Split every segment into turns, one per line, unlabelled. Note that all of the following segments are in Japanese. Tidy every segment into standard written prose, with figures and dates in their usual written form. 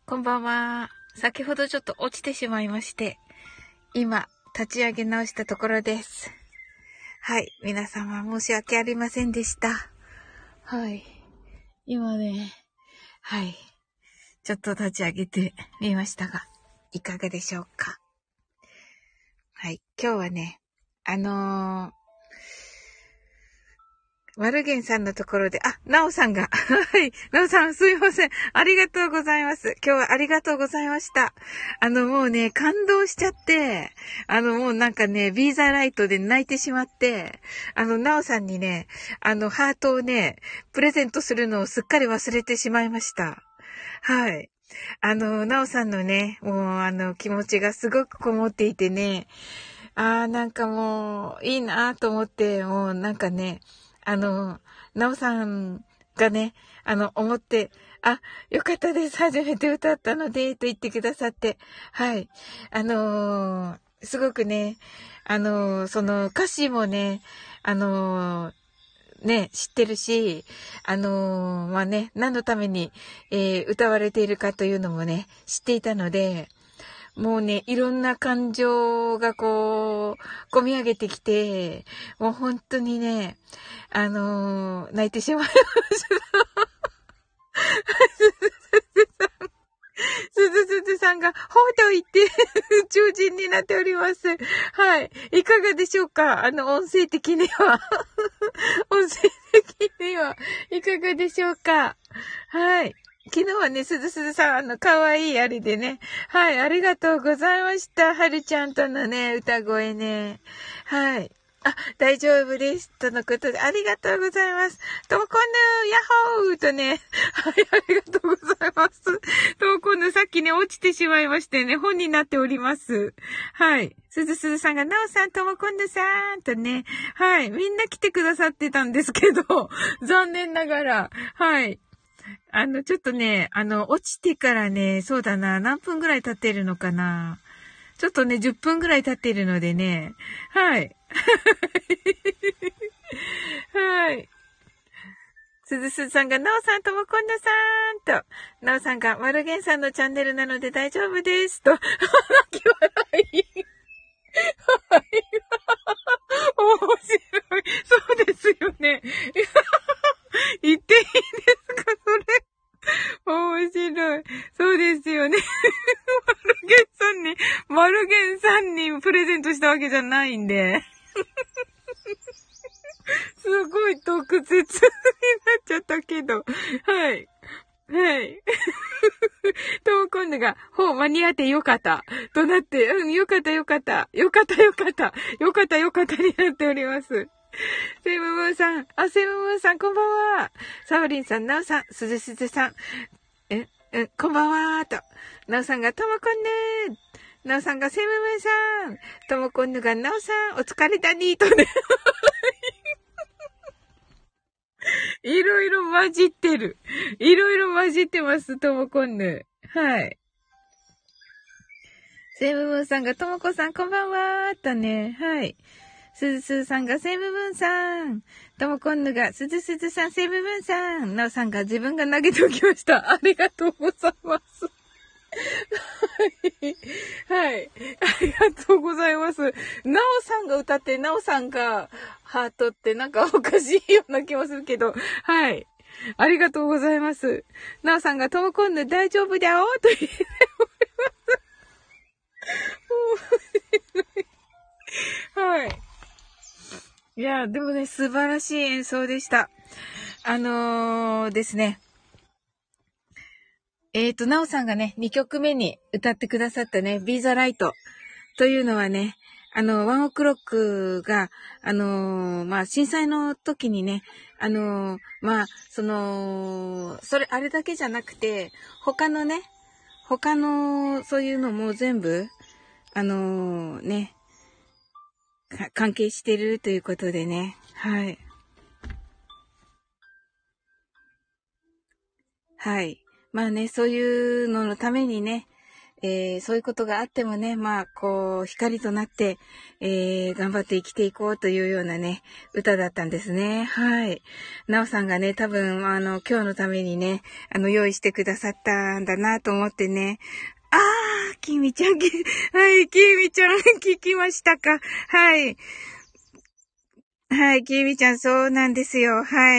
こんばんは。先ほどちょっと落ちてしまいまして、今、立ち上げ直したところです。はい。皆様申し訳ありませんでした。はい。今ね、はい。ちょっと立ち上げてみましたが、いかがでしょうか。はい。今日はね、マルゲンさんのところで、ナオさんが。はい。ナオさん、すいません。ありがとうございます。今日はありがとうございました。もうね、感動しちゃって、もうなんかね、ビーザライトで泣いてしまって、ナオさんにね、ハートをね、プレゼントするのをすっかり忘れてしまいました。はい。ナオさんのね、もう気持ちがすごくこもっていてね、なんかもう、いいなと思って、もうなんかね、なおさんがね、思って、よかったです。初めて歌ったので、と言ってくださって。はい。すごくね、その歌詞もね、ね、知ってるし、まあね、何のために、歌われているかというのもね、知っていたので、もうね、いろんな感情がこう、込み上げてきて、もう本当にね、泣いてしまいました。すずすずさんが、ほうと言って、超人になっております。はい。いかがでしょうか？音声的には。音声的には、いかがでしょうか？はい。昨日はね、すずすずさん、かわいいあれでね。はい、ありがとうございました。はるちゃんとのね、歌声ね。はい。大丈夫です。とのことで、ありがとうございます。ともこんぬ、ヤッホーとね。はい、ありがとうございます。ともこんぬ、さっきね、落ちてしまいましてね、本になっております。はい。すずすずさんが、なおさん、ともこんぬさんとね。はい。みんな来てくださってたんですけど、残念ながら。はい。ちょっとね、落ちてからね、そうだな、何分ぐらい経ってるのかな。ちょっとね、10分ぐらい経ってるのでね。はい。はい。すずすずさんが、なおさんともこんなさんと、なおさんが、マルゲンさんのチャンネルなので大丈夫です。と、泣き笑い。はい。面白い。そうですよね。言っていいですか、それ。面白い。そうですよね。マルゲンさんにプレゼントしたわけじゃないんで。すごい特別になっちゃったけど。はい。はい。と、今度が、間に合ってよかった。となって、よかったよかった。よかったよかった。よかったよかったになっております。セムムーンさん、セムムーンさんこんばんは。サオリンさん、ナオさん、すずすずさん、こんばんはと。ナオさんがともこんぬナオさんがセムムーンさん、ともこんぬがナオさん、お疲れだにとね。いろいろ混じってる。いろいろ混じってます、ともこんぬ。はい。セムムーンさんがともこさんこんばんはとね。はい。すずすずさんがセムムーンさん。ともこんぬがすずすずさんセムムーンさん。なおさんが自分が投げておきました。ありがとうございます。はい。はい。ありがとうございます。なおさんが歌って、なおさんがハートってなんかおかしいような気もするけど。はい。ありがとうございます。なおさんがともこんぬ大丈夫だよと言っております。はい。いや、でもね、素晴らしい演奏でした。ですね。なおさんがね、2曲目に歌ってくださったね、Be the Light というのはね、ワンオクロックが、まあ、震災の時にね、まあ、あれだけじゃなくて、他の、そういうのも全部、ね、関係してるということでね、はい。はい。まあね、そういうののためにね、 そういうことがあってもね、まあ、こう、光となって、頑張って生きていこうというようなね、歌だったんですね。はい。なおさんがね、多分、今日のためにね、用意してくださったんだなと思ってね。あー、きみちゃん、はい、きみちゃん、聞きましたか？はい。はい、きみちゃん、そうなんですよ。はい。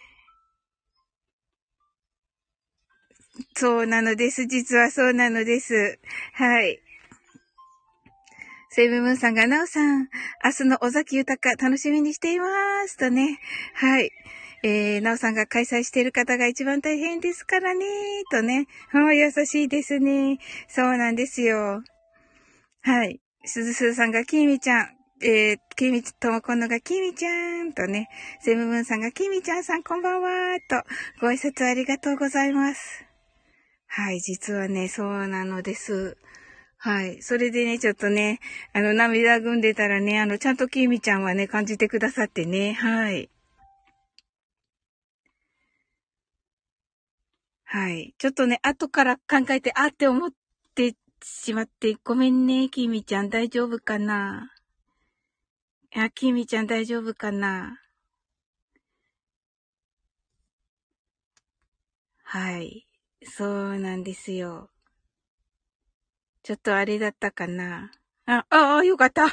そうなのです。実はそうなのです。はい。セイムムーンさんが、なおさん、明日の尾崎豊楽しみにしています。とね。はい。なおさんが開催している方が一番大変ですからね。とね。優しいですね。そうなんですよ。はい。すずすずさんが、きみちゃん。きみともこのが、きみちゃん。とね。セイムムーンさんが、きみちゃんさんこんばんは。と、ご挨拶ありがとうございます。はい。実はね、そうなのです。はい。それでね、ちょっとね、涙ぐんでたらね、ちゃんときみちゃんはね、感じてくださってね。はい。はい。ちょっとね、後から考えて、って思ってしまって、ごめんね、きみちゃん大丈夫かな？きみちゃん大丈夫かな？はい。そうなんですよ。ちょっとあれだったかな？よかった。はい。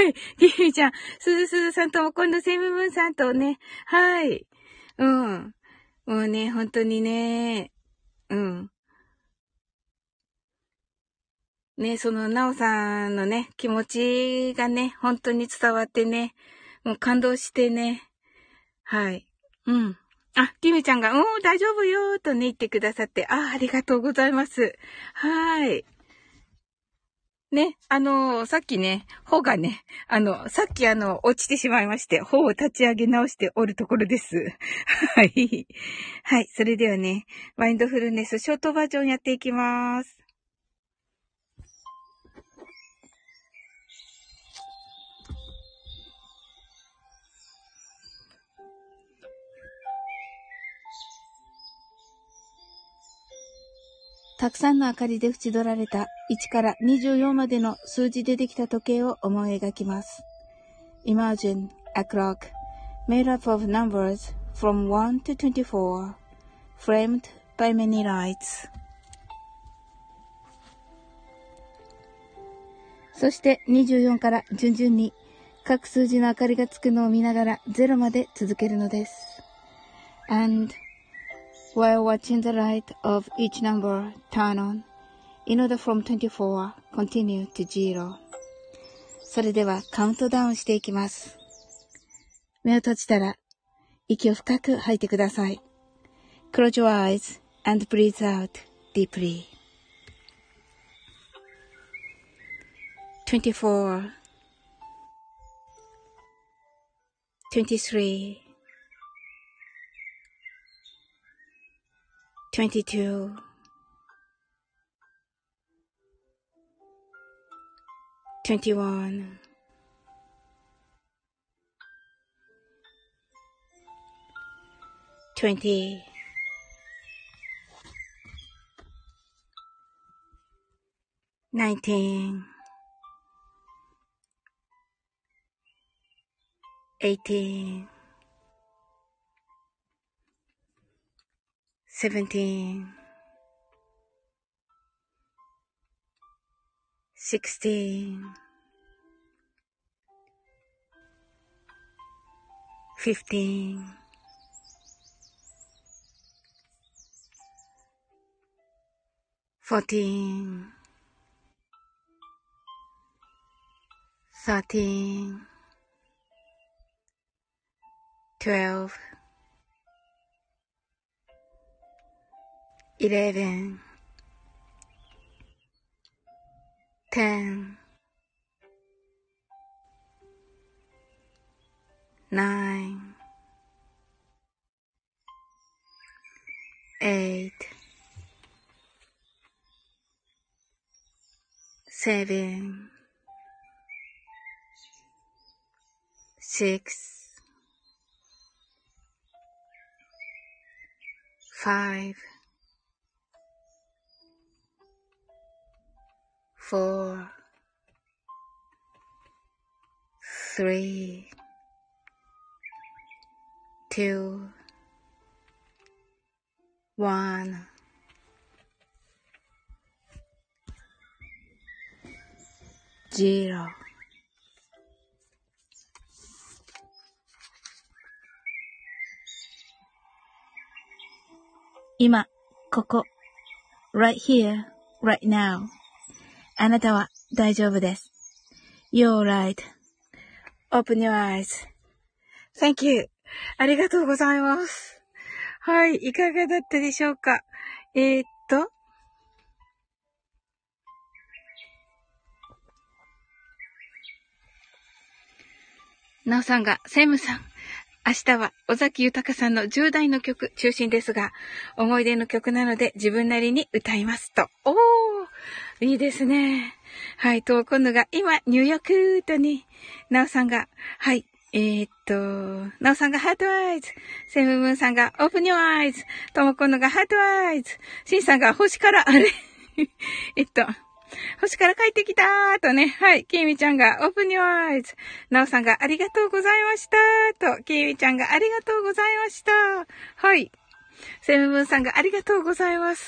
きみちゃん、すずさんとも今度セムムーンさんとね、はい。うん。もうね、本当にね、うん。ね、その、なおさんのね、気持ちがね、本当に伝わってね、もう感動してね、はい。うん。きみちゃんが、大丈夫よーとね、言ってくださって、ありがとうございます。はい。ね、さっきね、穂がね、さっき落ちてしまいまして、穂を立ち上げ直しておるところです。はい。はい。それではね、マインドフルネスショートバージョンやっていきます。たくさんの明かりで縁取られた1から24までの数字でできた時計を思い描きます。Imagine a clock made up of numbers from 1 to 24, framed by many lights. そして24から順々に各数字の明かりがつくのを見ながら0まで続けるのです。And while watching the light of each number turn on, in order from 24, continue to 0. それではカウントダウンしていきます。目を閉じたら息を深く吐いてください。Close your eyes and breathe out deeply. 24, 23, 22, 21, 20, 19, 18, 17, 16, 15, 14, 13, 12, 11, 10, 9, 8, 7, 6, 5, 4, 3, 2, 1. 0。今、ここ、right here, right now. あなたは大丈夫です。You're right.Open your eyes.Thank you. ありがとうございます。はい、いかがだったでしょうか。なおさんが、セムさん。明日は尾崎豊さんの10代の曲中心ですが、思い出の曲なので自分なりに歌いますと。おー、いいですね。はい、と、今度が今、入浴とね、なおさんが、はい、なおさんがハートアイズ、セムムーンさんがオープニュアイズ、とも今度がハートアイズ、シンさんが星から、あれ星から帰ってきたーとね。はい。きみちゃんがオープンニューアイズ。なおさんがありがとうございましたーと。きみちゃんがありがとうございました。はい。セムムーンさんがありがとうございます。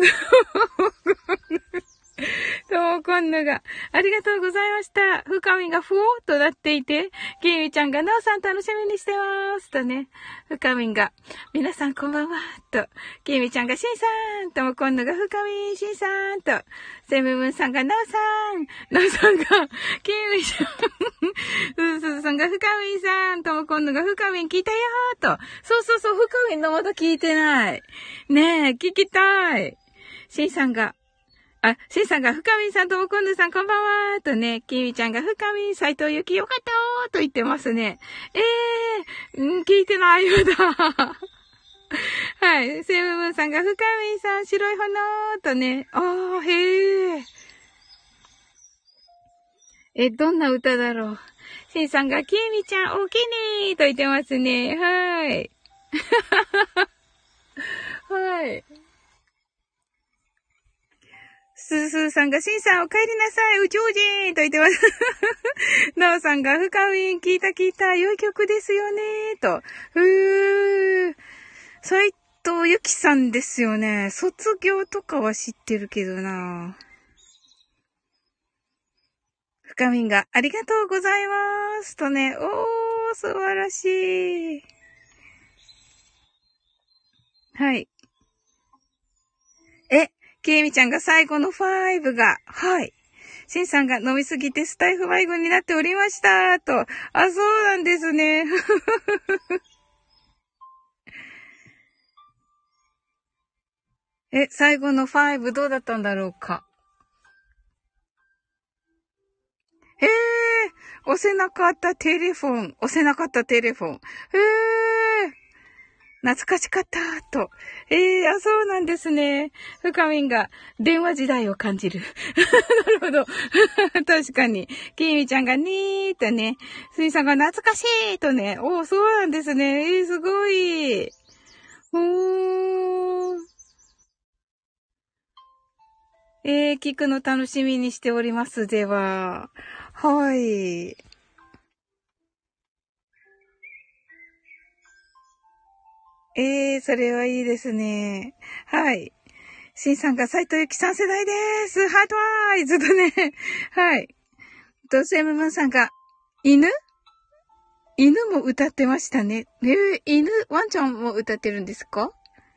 ともこんぬが、ありがとうございました。深みがふおーっとなっていて、きみちゃんがなおさん楽しみにしてます。とね。深みが、皆さんこんばんは。と、きみちゃんがしんさん。ともこんぬが深みしんさん。と、セムムーンさんがなおさん。なおさんが、きみちゃん。すずさんが深みさん。ともこんぬが深み聞いたよーと。そうそうそう、深みのまだ聞いてない。ねえ、聞きたい。しんさんが、シンさんが、深見さんともこんぬさんこんばんはとね、きみちゃんが深見、斉藤ゆきよかったーと言ってますね。聞いてないよだ。はい。セムムーンさんが、深見さん、白い炎とね、へえ。どんな歌だろう。シンさんが、きみちゃん、おきにーと言ってますね。はい。はい。スースーさんが、シンさんお帰りなさい、宇宙人と言ってます。ナオさんが、深み聞いた、良い曲ですよねと。斉藤由貴さんですよね。卒業とかは知ってるけどな。深みが、ありがとうございますとね。素晴らしい。はい。ケイミちゃんが最後の5が、はい。シンさんが飲みすぎてスタイフ迷子になっておりました、と。そうなんですね。最後の5どうだったんだろうか。押せなかったテレフォン。懐かしかった、と。そうなんですね。深みんが電話時代を感じる。なるほど。確かに。きみちゃんがにーとね、すいさんが懐かしいとね。そうなんですね。すごい。聞くの楽しみにしております。では。はい。それはいいですね。はい。シンさんが斉藤由貴さん世代です。ハートアイズとね。はい。セムムーンさんが、犬も歌ってましたね。ワンちゃんも歌ってるんですか？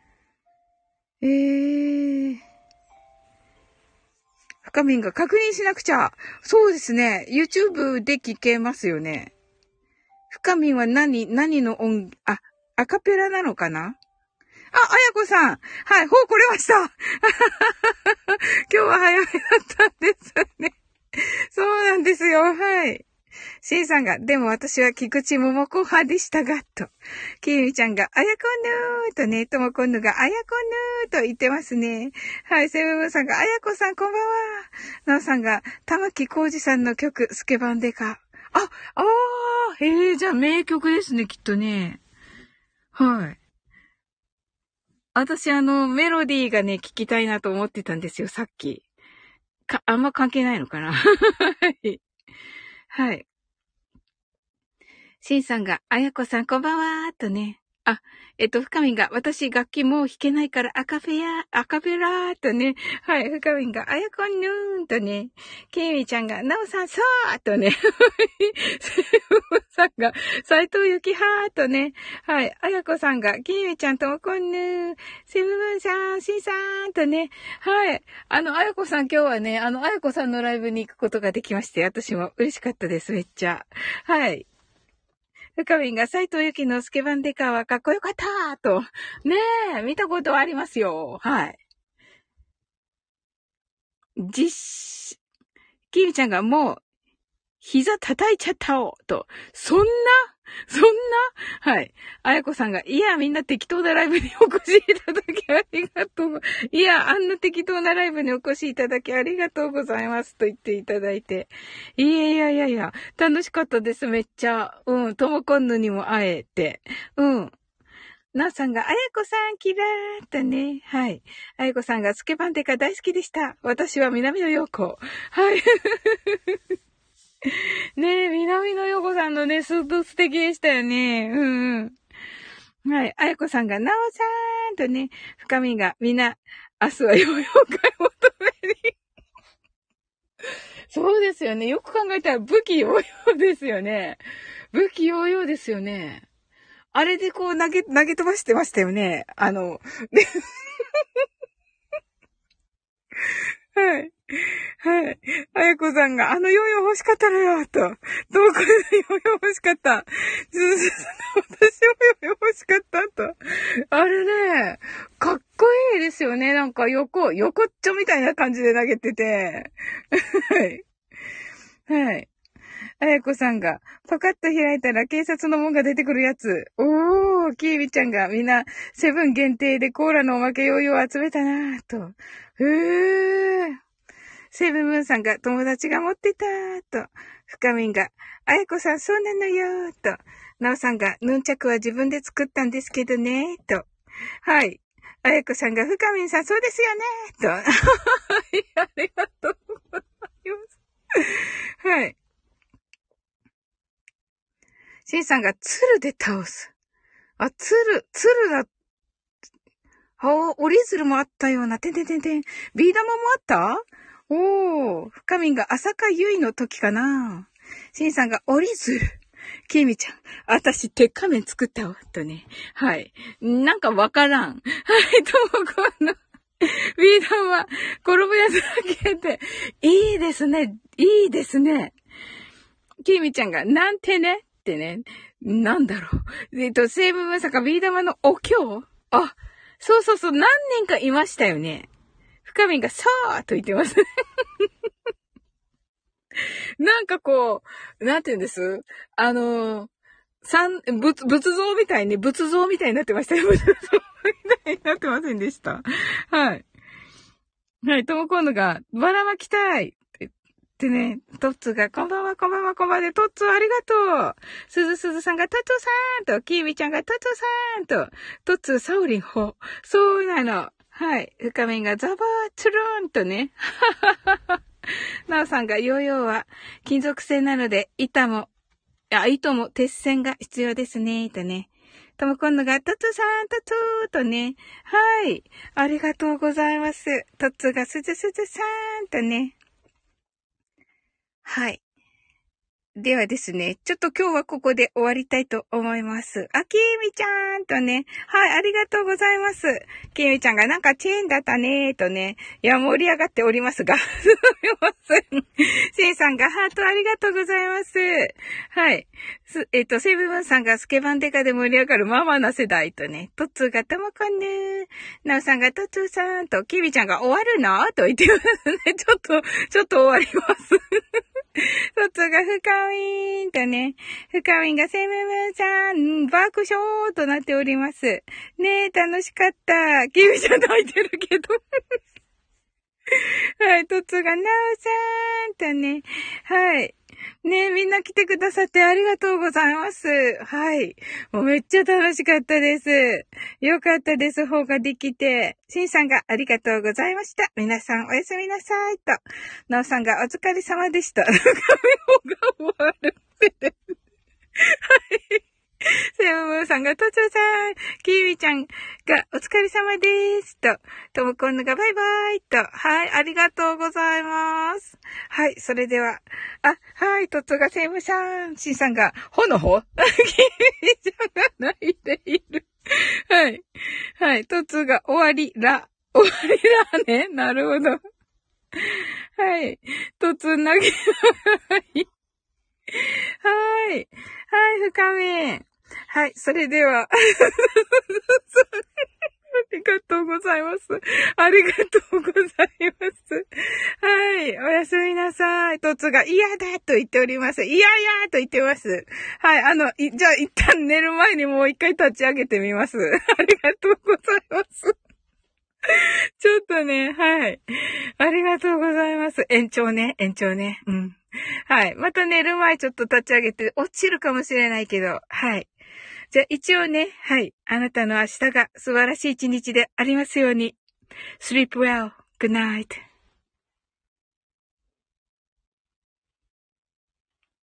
深みんが確認しなくちゃ。そうですね。YouTube で聞けますよね。深みんは何のアカペラなのかな？あやこさん。はい、来れました。今日は早めだったんですね。そうなんですよ。はい。シンさんが、でも私は菊池桃子派でしたが、と。キミちゃんが、あやこぬーとね、ともこんぬが、あやこぬーと言ってますね。はい、セブブンさんが、あやこさんこんばんは。なおさんが、玉木浩二さんの曲、スケバンデカ。じゃあ名曲ですね、きっとね。はい。私メロディーがね、聞きたいなと思ってたんですよ、さっき。 あんま関係ないのかな。はい。はい。シンさんが、あやこさんこんばんはーとね。深みんが、私楽器もう弾けないからアカペラーとね。はい、深みんが、あやこんぬーんとね。ケイミちゃんが、なおさんそうとね。セブさんが、斎藤ゆきはーとね。はい、あやこさんが、ケイミちゃんともこんぬー。セブブンさん、シンさんとね。はい。あやこさん今日はね、あやこさんのライブに行くことができまして、私も嬉しかったです、めっちゃ。はい。深みんが斎藤由貴のスケバンデカはかっこよかったーと。ねえ、見たことありますよ。はい。キミちゃんがもう、膝叩いちゃったおと。そんなはい。あやこさんが、いや、みんな適当なライブにお越しいただきありがとう。いや、あんな適当なライブにお越しいただきありがとうございますと言っていただいて。いや、楽しかったです、めっちゃ。うん、ともこんぬにも会えて。うん。なおさんが、あやこさん、キラーってね。はい。あやこさんが、スケバンデカ大好きでした。私は南野陽子。はい。ねえ、南野陽子さんのね、スーツ素敵でしたよね。うんうん。はい。あやこさんが、なおさんとね、深みが、みんな、明日はヨーヨー会求めに。そうですよね。よく考えたら武器ヨーヨーですよね。武器ヨーヨーですよね。あれでこう投げ飛ばしてましたよね。で、はい。はい。あやこさんが、ヨーヨー欲しかったのよ、と。どこでヨーヨー欲しかった。私もヨーヨー欲しかった、と。あれね、かっこいいですよね。なんか横っちょみたいな感じで投げてて。はい。はい。あやこさんが、パカッと開いたら警察の門が出てくるやつ。おー、キービちゃんがみんな、セブン限定でコーラのおまけヨーヨー集めたなぁ、と。セブンムーンさんが友達が持ってたーと。深みんが、あやこさんそうなのよーと。なおさんが、ヌンチャクは自分で作ったんですけどねーと。はい。あやこさんが、深みんさんそうですよねーと。はい、ありがとうございます。はい。シンさんが、鶴で倒す。あ、鶴だ。折り鶴もあったような。てん。ビー玉もあったおー。深みんが浅香ゆいの時かな。シンさんが折り鶴。キミちゃん。私、鉄仮面作ったわ。とね。はい。なんかわからん。はい。ともこの、ビー玉、転ぶやつだけで。いいですね。いいですね。キミちゃんが、なんてね。ってね。なんだろう。西武まさかビー玉のお経あ、そう、何人かいましたよね。深みがさーと言ってます。なんかこう、なんて言うんです仏像みたいになってましたよ。仏像みたいになってませんでした。はい。はい、ともこんのが、ばらまきたいって言ってね、トッツーが、こんばんは、で、トッツーありがとう。すずさんが、トッツーさんと、キービちゃんが、トッツーさんと、トッツーサウリンホ。そうなの。はい。深めが、ザバーツルーンとね。なおさんが、ヨーヨーは、金属製なので、糸も鉄線が必要ですね、とね。とも今度が、トツさん、トツーとね。はい。ありがとうございます。トツがすずさんとね。はい。ではですね、ちょっと今日はここで終わりたいと思います。あ、きみちゃんとね。はい、ありがとうございます。きみちゃんがなんかチェーンだったねーとね。いや、盛り上がっておりますが。すみません。せいさんがハートありがとうございます。はい。セブンさんがスケバンデカで盛り上がるママな世代とね。トッツーがともこんぬー。なおさんがトッツーさんと、きみちゃんが終わるのと言ってますね。ちょっと終わります。トツが深みんとね、深みんがセムムさん、爆笑となっております。ねえ、楽しかった。キミちゃん泣いてるけど。はい、トツがなおさんとね、はい。 ねえ、みんな来てくださってありがとうございます。はい。もうめっちゃ楽しかったです。よかったです。方ができて。しんさんがありがとうございました。皆さんおやすみなさい。と。なおさんがお疲れ様でした。髪のが悪くて。はい。セムムーさんがとつーさん、キーミちゃんがお疲れ様です。と、ともこんぬがバイバイ。と、はい、ありがとうございます。はい、それでは、はい、とつがセムさん、シンさんが、ほのほキーミちゃんが泣いている。はい、はい、とつが終わりら、終わりらね。なるほど。はい、とつ投げ、はい、はい、深め。はい、それでは、ありがとうございます。ありがとうございます。はい、おやすみなさい。トツが嫌だと言っております。いやいやと言ってます。はい、じゃあ一旦寝る前にもう一回立ち上げてみます。ありがとうございます。ちょっとね、はい。ありがとうございます。延長ね。うん。はい。また寝る前ちょっと立ち上げて落ちるかもしれないけど、はい。じゃあ一応ね、はい。あなたの明日が素晴らしい一日でありますように。Sleep well. Good night.